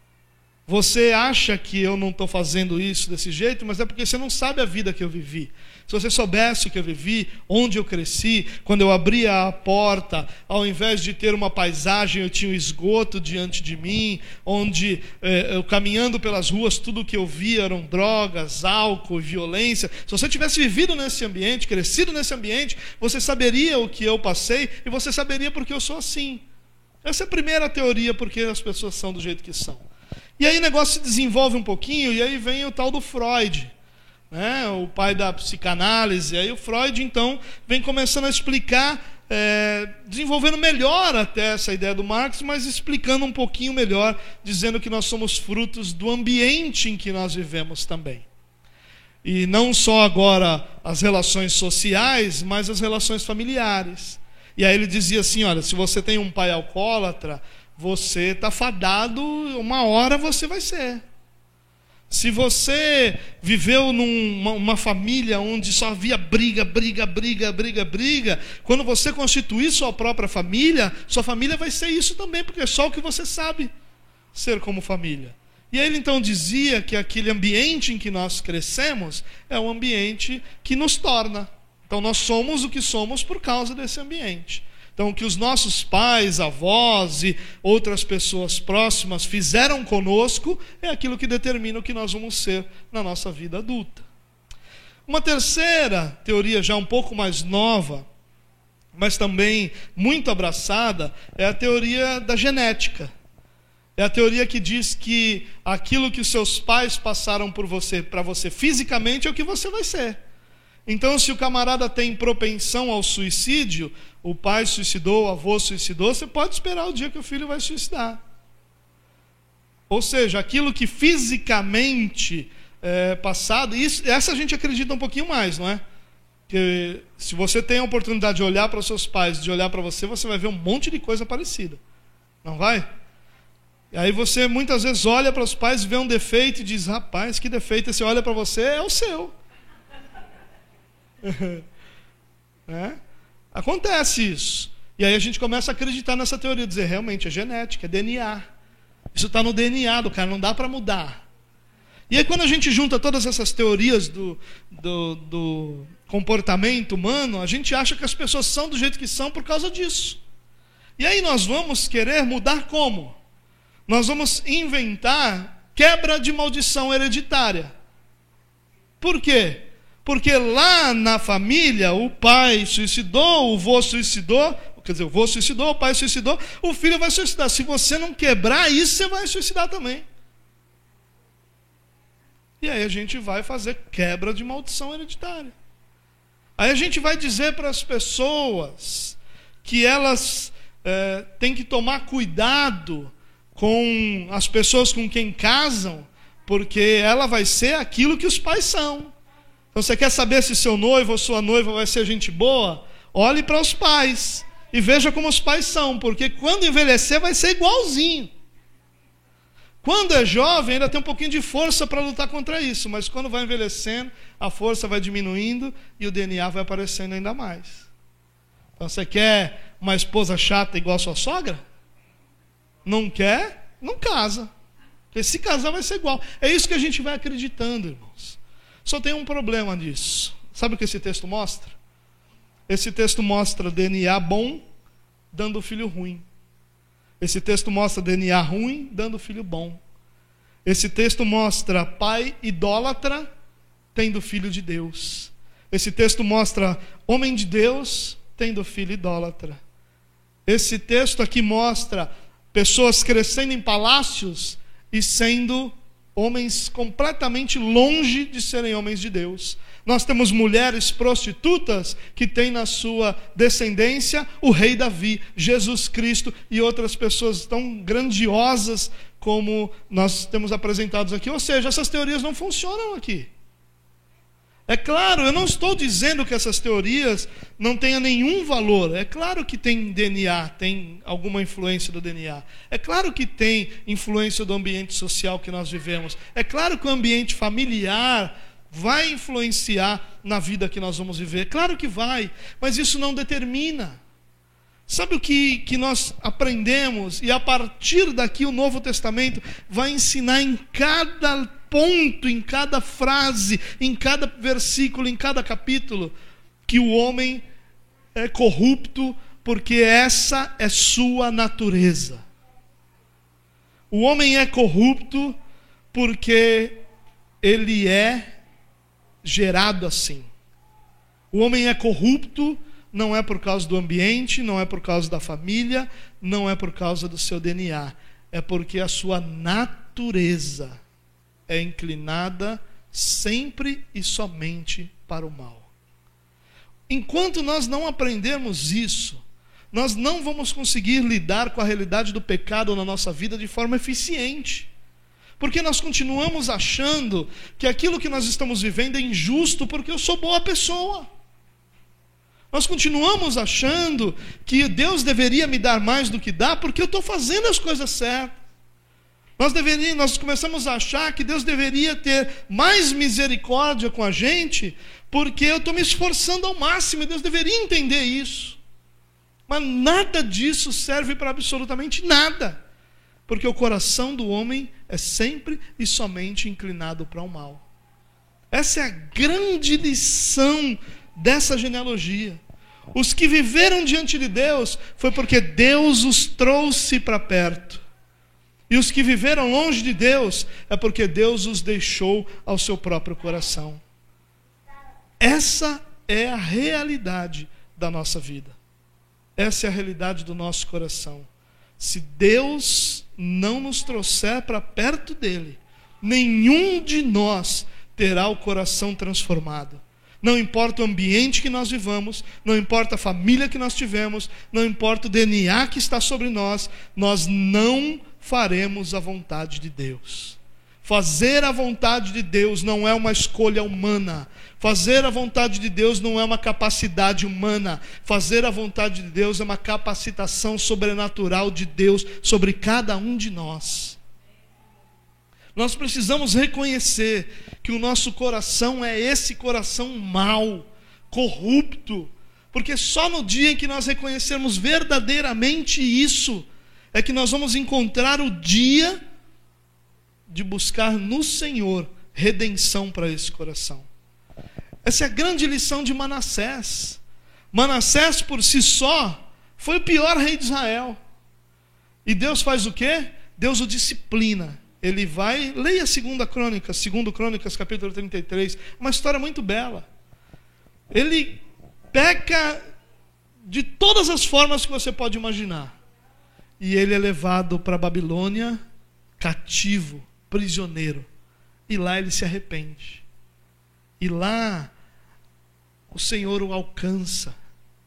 Speaker 1: Você acha que eu não estou fazendo isso desse jeito, mas é porque você não sabe a vida que eu vivi. Se você soubesse o que eu vivi, onde eu cresci, quando eu abria a porta, ao invés de ter uma paisagem, eu tinha um esgoto diante de mim, onde eh, eu caminhando pelas ruas, tudo o que eu via eram drogas, álcool e violência. Se você tivesse vivido nesse ambiente, crescido nesse ambiente, você saberia o que eu passei e você saberia porque eu sou assim. Essa é a primeira teoria, porque as pessoas são do jeito que são. E aí o negócio se desenvolve um pouquinho, e aí vem o tal do Freud, né? O pai da psicanálise. Aí o Freud, então, vem começando a explicar, é, desenvolvendo melhor até essa ideia do Marx, mas explicando um pouquinho melhor, dizendo que nós somos frutos do ambiente em que nós vivemos também. E não só agora as relações sociais, mas as relações familiares. E aí ele dizia assim, olha, se você tem um pai alcoólatra, você está fadado, uma hora você vai ser. Se você viveu numa uma família onde só havia briga, briga, briga, briga, briga, quando você constituir sua própria família, sua família vai ser isso também, porque é só o que você sabe ser como família. E ele então dizia que aquele ambiente em que nós crescemos é um ambiente que nos torna. Então nós somos o que somos por causa desse ambiente. Então, o que os nossos pais, avós e outras pessoas próximas fizeram conosco é aquilo que determina o que nós vamos ser na nossa vida adulta. Uma terceira teoria, já um pouco mais nova, mas também muito abraçada, é a teoria da genética. É a teoria que diz que aquilo que os seus pais passaram por você, para você fisicamente, é o que você vai ser. Então, se o camarada tem propensão ao suicídio, o pai suicidou, o avô suicidou, você pode esperar o dia que o filho vai suicidar. Ou seja, aquilo que fisicamente é passado, isso, essa a gente acredita um pouquinho mais, não é? Que se você tem a oportunidade de olhar para os seus pais, de olhar para você, você vai ver um monte de coisa parecida. Não vai? E aí você muitas vezes olha para os pais, vê um defeito e diz, rapaz, que defeito. E você olha para você, é o seu. É? Acontece isso. E aí a gente começa a acreditar nessa teoria, dizer, realmente é genética, é D N A. Isso está no D N A do cara, não dá para mudar. E aí quando a gente junta todas essas teorias do, do, do comportamento humano, a gente acha que as pessoas são do jeito que são por causa disso. E aí nós vamos querer mudar como? Nós vamos inventar quebra de maldição hereditária. Por quê? Porque lá na família o pai suicidou, o vô suicidou, quer dizer, o vô suicidou, o pai suicidou, o filho vai suicidar. Se você não quebrar isso, você vai suicidar também. E aí a gente vai fazer quebra de maldição hereditária. Aí a gente vai dizer para as pessoas que elas é, têm que tomar cuidado com as pessoas com quem casam, porque ela vai ser aquilo que os pais são. Então você quer saber se seu noivo ou sua noiva vai ser gente boa? Olhe para os pais e veja como os pais são, porque quando envelhecer vai ser igualzinho. Quando é jovem, ainda tem um pouquinho de força para lutar contra isso, mas quando vai envelhecendo, a força vai diminuindo e o D N A vai aparecendo ainda mais. Então, você quer uma esposa chata igual a sua sogra? Não quer? Não casa. Porque se casar vai ser igual. É isso que a gente vai acreditando, irmãos. Só tem um problema disso. Sabe o que esse texto mostra? Esse texto mostra D N A bom dando filho ruim. Esse texto mostra D N A ruim dando filho bom. Esse texto mostra pai idólatra tendo filho de Deus. Esse texto mostra homem de Deus tendo filho idólatra. Esse texto aqui mostra pessoas crescendo em palácios e sendo homens completamente longe de serem homens de Deus. Nós temos mulheres prostitutas que têm na sua descendência o rei Davi, Jesus Cristo e outras pessoas tão grandiosas como nós temos apresentados aqui. Ou seja, essas teorias não funcionam aqui. É claro, eu não estou dizendo que essas teorias não tenham nenhum valor. É claro que tem D N A, tem alguma influência do D N A. É claro que tem influência do ambiente social que nós vivemos. É claro que o ambiente familiar vai influenciar na vida que nós vamos viver. Claro que vai, mas isso não determina. Sabe o que, que nós aprendemos? E a partir daqui o Novo Testamento vai ensinar em cada ponto, em cada frase, em cada versículo, em cada capítulo, que o homem é corrupto porque essa é sua natureza. O homem é corrupto porque ele é gerado assim. O homem é corrupto não é por causa do ambiente, não é por causa da família, não é por causa do seu D N A. É porque a sua natureza é inclinada sempre e somente para o mal. Enquanto nós não aprendermos isso, nós não vamos conseguir lidar com a realidade do pecado na nossa vida de forma eficiente. Porque nós continuamos achando que aquilo que nós estamos vivendo é injusto porque eu sou boa pessoa. Nós continuamos achando que Deus deveria me dar mais do que dá porque eu estou fazendo as coisas certas. Nós, deveríamos, nós começamos a achar que Deus deveria ter mais misericórdia com a gente porque eu estou me esforçando ao máximo e Deus deveria entender isso. Mas nada disso serve para absolutamente nada. Porque o coração do homem é sempre e somente inclinado para o mal. Essa é a grande lição dessa genealogia. Os que viveram diante de Deus foi porque Deus os trouxe para perto. E os que viveram longe de Deus é porque Deus os deixou ao seu próprio coração. Essa é a realidade da nossa vida. Essa é a realidade do nosso coração. Se Deus não nos trouxer para perto dele, nenhum de nós terá o coração transformado. Não importa o ambiente que nós vivamos, não importa a família que nós tivemos, não importa o D N A que está sobre nós, nós não faremos a vontade de Deus. Fazer a vontade de Deus não é uma escolha humana. Fazer a vontade de Deus não é uma capacidade humana. Fazer a vontade de Deus é uma capacitação sobrenatural de Deus sobre cada um de nós. Nós precisamos reconhecer que o nosso coração é esse coração mau, corrupto, porque só no dia em que nós reconhecermos verdadeiramente isso, é que nós vamos encontrar o dia de buscar no Senhor redenção para esse coração. Essa é a grande lição de Manassés. Manassés por si só foi o pior rei de Israel. E Deus faz o quê? Deus o disciplina. Ele vai, leia segunda Crônicas, segundo Crônicas, capítulo trinta e três, uma história muito bela. Ele peca de todas as formas que você pode imaginar. E ele é levado para a Babilônia, cativo, prisioneiro. E lá ele se arrepende. E lá o Senhor o alcança.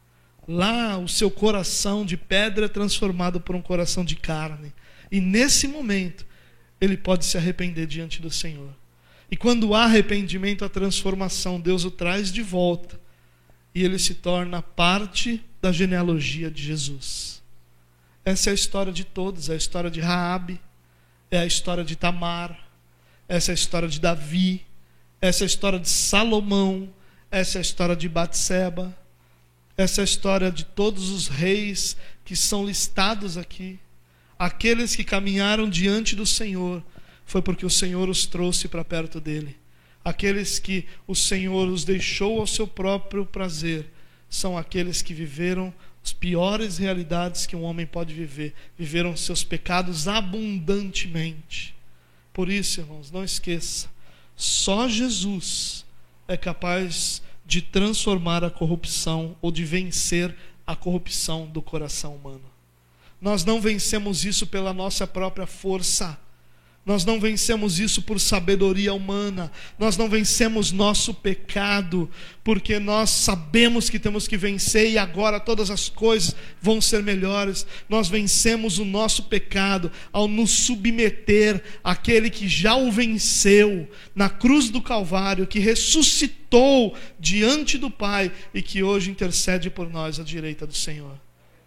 Speaker 1: Lá o seu coração de pedra é transformado por um coração de carne. E nesse momento ele pode se arrepender diante do Senhor. E quando há arrependimento, a transformação, Deus o traz de volta. E ele se torna parte da genealogia de Jesus. Essa é a história de todos. É a história de Raabe, é a história de Tamar, essa é a história de Davi, essa é a história de Salomão, essa é a história de Batseba, essa é a história de todos os reis que são listados aqui. Aqueles que caminharam diante do Senhor, foi porque o Senhor os trouxe para perto dele. Aqueles que o Senhor os deixou ao seu próprio prazer, são aqueles que viveram as piores realidades que um homem pode viver. Viveram seus pecados abundantemente. Por isso, irmãos, não esqueça, só Jesus é capaz de transformar a corrupção ou de vencer a corrupção do coração humano. Nós não vencemos isso pela nossa própria força. Nós não vencemos isso por sabedoria humana. Nós não vencemos nosso pecado porque nós sabemos que temos que vencer e agora todas as coisas vão ser melhores. Nós vencemos o nosso pecado ao nos submeter àquele que já o venceu na cruz do Calvário, que ressuscitou diante do Pai e que hoje intercede por nós à direita do Senhor.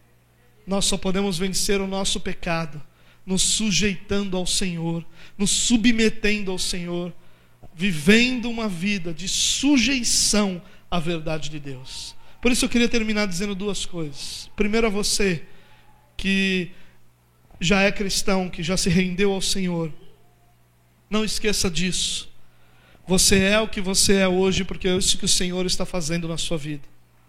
Speaker 1: Nós só podemos vencer o nosso pecado nos sujeitando ao Senhor, nos submetendo ao Senhor, vivendo uma vida de sujeição à verdade de Deus. Por isso eu queria terminar dizendo duas coisas. Primeiro, a você que já é cristão, que já se rendeu ao Senhor, não esqueça disso. Você é o que você é hoje porque é isso que o Senhor está fazendo na sua vida.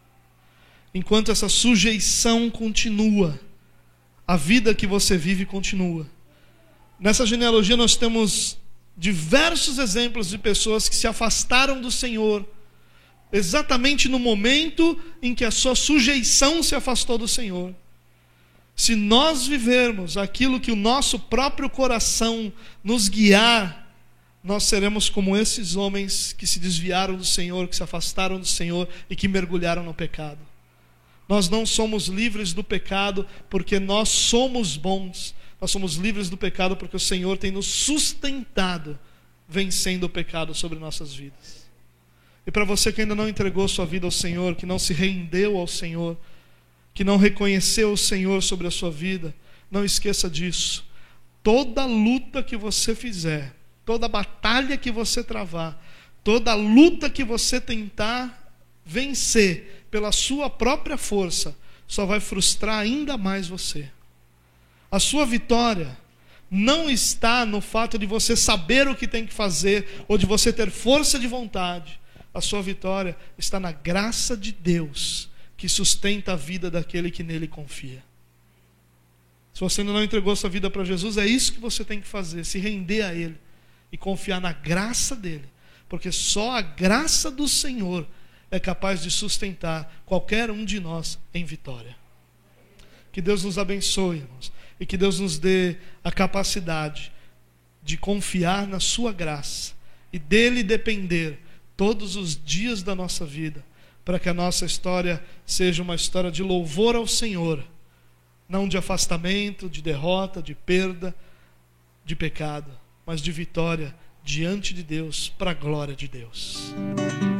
Speaker 1: Enquanto essa sujeição continua, a vida que você vive continua. Nessa genealogia nós temos diversos exemplos de pessoas que se afastaram do Senhor, exatamente no momento em que a sua sujeição se afastou do Senhor. Se nós vivermos aquilo que o nosso próprio coração nos guiar, nós seremos como esses homens que se desviaram do Senhor, que se afastaram do Senhor e que mergulharam no pecado. Nós não somos livres do pecado porque nós somos bons. Nós somos livres do pecado porque o Senhor tem nos sustentado, vencendo o pecado sobre nossas vidas. E para você que ainda não entregou sua vida ao Senhor, que não se rendeu ao Senhor, que não reconheceu o Senhor sobre a sua vida, não esqueça disso. Toda luta que você fizer, toda batalha que você travar, toda luta que você tentar vencer pela sua própria força, só vai frustrar ainda mais você. A sua vitória não está no fato de você saber o que tem que fazer ou de você ter força de vontade. A sua vitória está na graça de Deus que sustenta a vida daquele que nele confia. Se você ainda não entregou sua vida para Jesus, é isso que você tem que fazer, se render a Ele e confiar na graça dele, porque só a graça do Senhor é capaz de sustentar qualquer um de nós em vitória. Que Deus nos abençoe, irmãos, e que Deus nos dê a capacidade de confiar na sua graça e dele depender todos os dias da nossa vida, para que a nossa história seja uma história de louvor ao Senhor, não de afastamento, de derrota, de perda, de pecado, mas de vitória diante de Deus, para a glória de Deus.